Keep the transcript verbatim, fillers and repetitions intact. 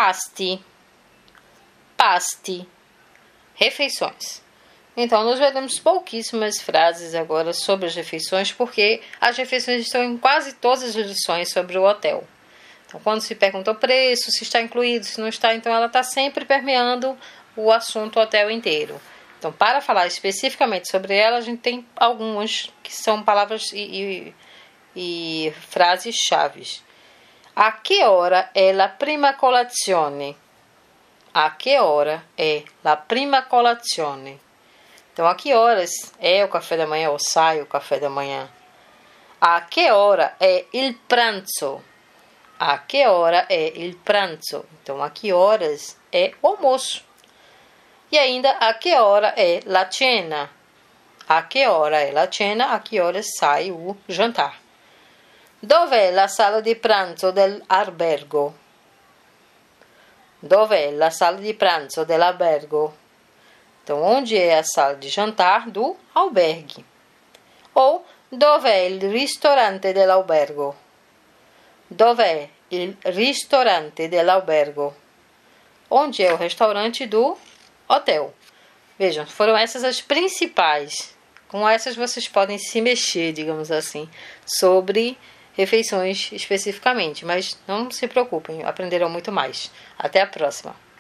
pasti, pasti, refeições. Então, nós veremos pouquíssimas frases agora sobre as refeições, porque as refeições estão em quase todas as lições sobre o hotel. Então, quando se pergunta o preço, se está incluído, se não está, então ela está sempre permeando o assunto hotel inteiro. Então, para falar especificamente sobre ela, a gente tem algumas que são palavras e, e, e frases chaves. A que hora é la prima colazione? A que hora é la prima colazione? Então, a que horas é o café da manhã ou sai o café da manhã? A que hora é il pranzo? A que hora é il pranzo? Então, a que horas é o almoço? E ainda, a que hora é la cena? A que hora é la cena? A que horas sai o jantar? Dov'è la sala di pranzo dell'albergo? Dov'è la sala di pranzo dell'albergo? Então, onde é a sala de jantar do albergue? Ou, dov'è il ristorante dell'albergo? Dov'è il ristorante dell'albergo? Onde é o restaurante do hotel? Vejam, foram essas as principais. Com essas vocês podem se mexer, digamos assim, sobre refeições especificamente. Mas não se preocupem, aprenderão muito mais. Até a próxima!